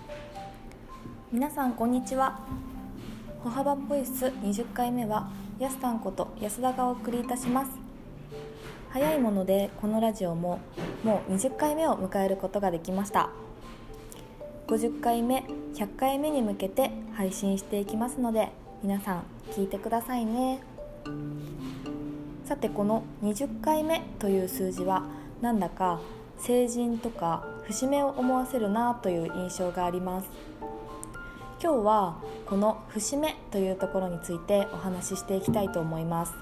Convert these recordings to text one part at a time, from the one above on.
皆さんこんにちは。歩幅ボイス20回目はやすたんこと安田がお送りいたします。早いものでこのラジオももう20回目を迎えることができました。50回目100回目に向けて配信していきますので、皆さん聞いてくださいね。さて、この20回目という数字はなんだか成人とか節目を思わせるなという印象があります。今日はこの節目というところについてお話ししていきたいと思います。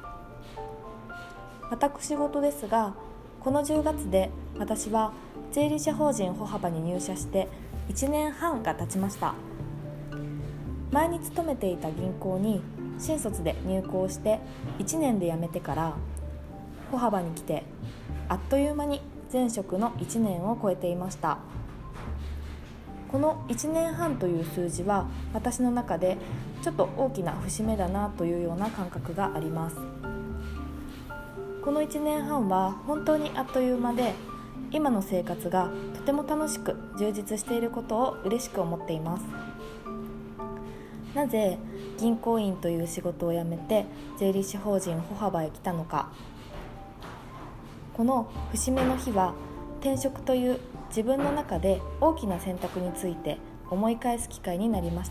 私事ですが、この10月で私は税理士法人歩幅に入社して1年半が経ちました。前に勤めていた銀行に新卒で入行して1年で辞めてから歩幅に来て、あっという間に前職の1年を超えていました。この1年半という数字は私の中でちょっと大きな節目だなというような感覚があります。この1年半は本当にあっという間で、今の生活がとても楽しく充実していることを嬉しく思っています。なぜ銀行員という仕事を辞めて税理士法人歩幅へ来たのか。この節目の日は転職という自分の中で大きな選択について思い返す機会になりました。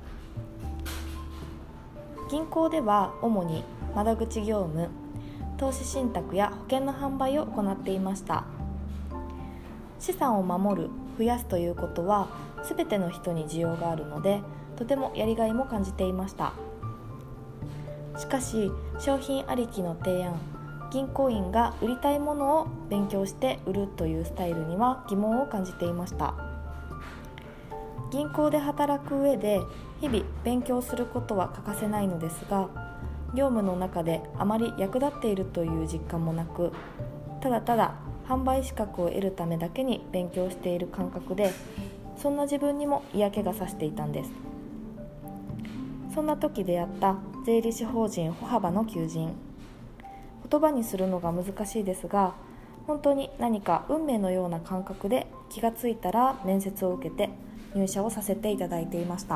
銀行では主に窓口業務、投資信託や保険の販売を行っていました。資産を守る、増やすということは全ての人に需要があるので、とてもやりがいも感じていました。しかし商品ありきの提案、銀行員が売りたいものを勉強して売るというスタイルには疑問を感じていました。銀行で働く上で日々勉強することは欠かせないのですが、業務の中であまり役立っているという実感もなく、ただただ販売資格を得るためだけに勉強している感覚で、そんな自分にも嫌気がさしていたんです。そんな時出会った税理士法人歩幅の求人。言葉にするのが難しいですが、本当に何か運命のような感覚で気がついたら面接を受けて入社をさせていただいていました。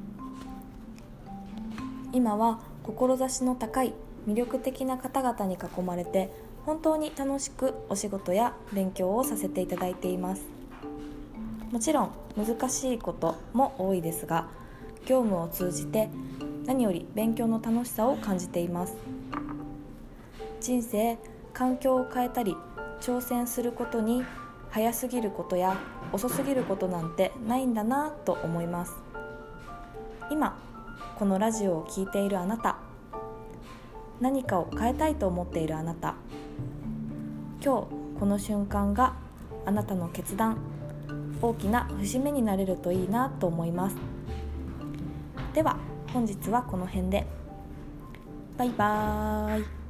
今は志の高い魅力的な方々に囲まれて、本当に楽しくお仕事や勉強をさせていただいています。もちろん難しいことも多いですが、業務を通じて何より勉強の楽しさを感じています。人生、環境を変えたり挑戦することに早すぎることや遅すぎることなんてないんだなと思います。今このラジオを聞いているあなた、何かを変えたいと思っているあなた、今日この瞬間があなたの決断、大きな節目になれるといいなと思います。では本日はこの辺で。バイバーイ。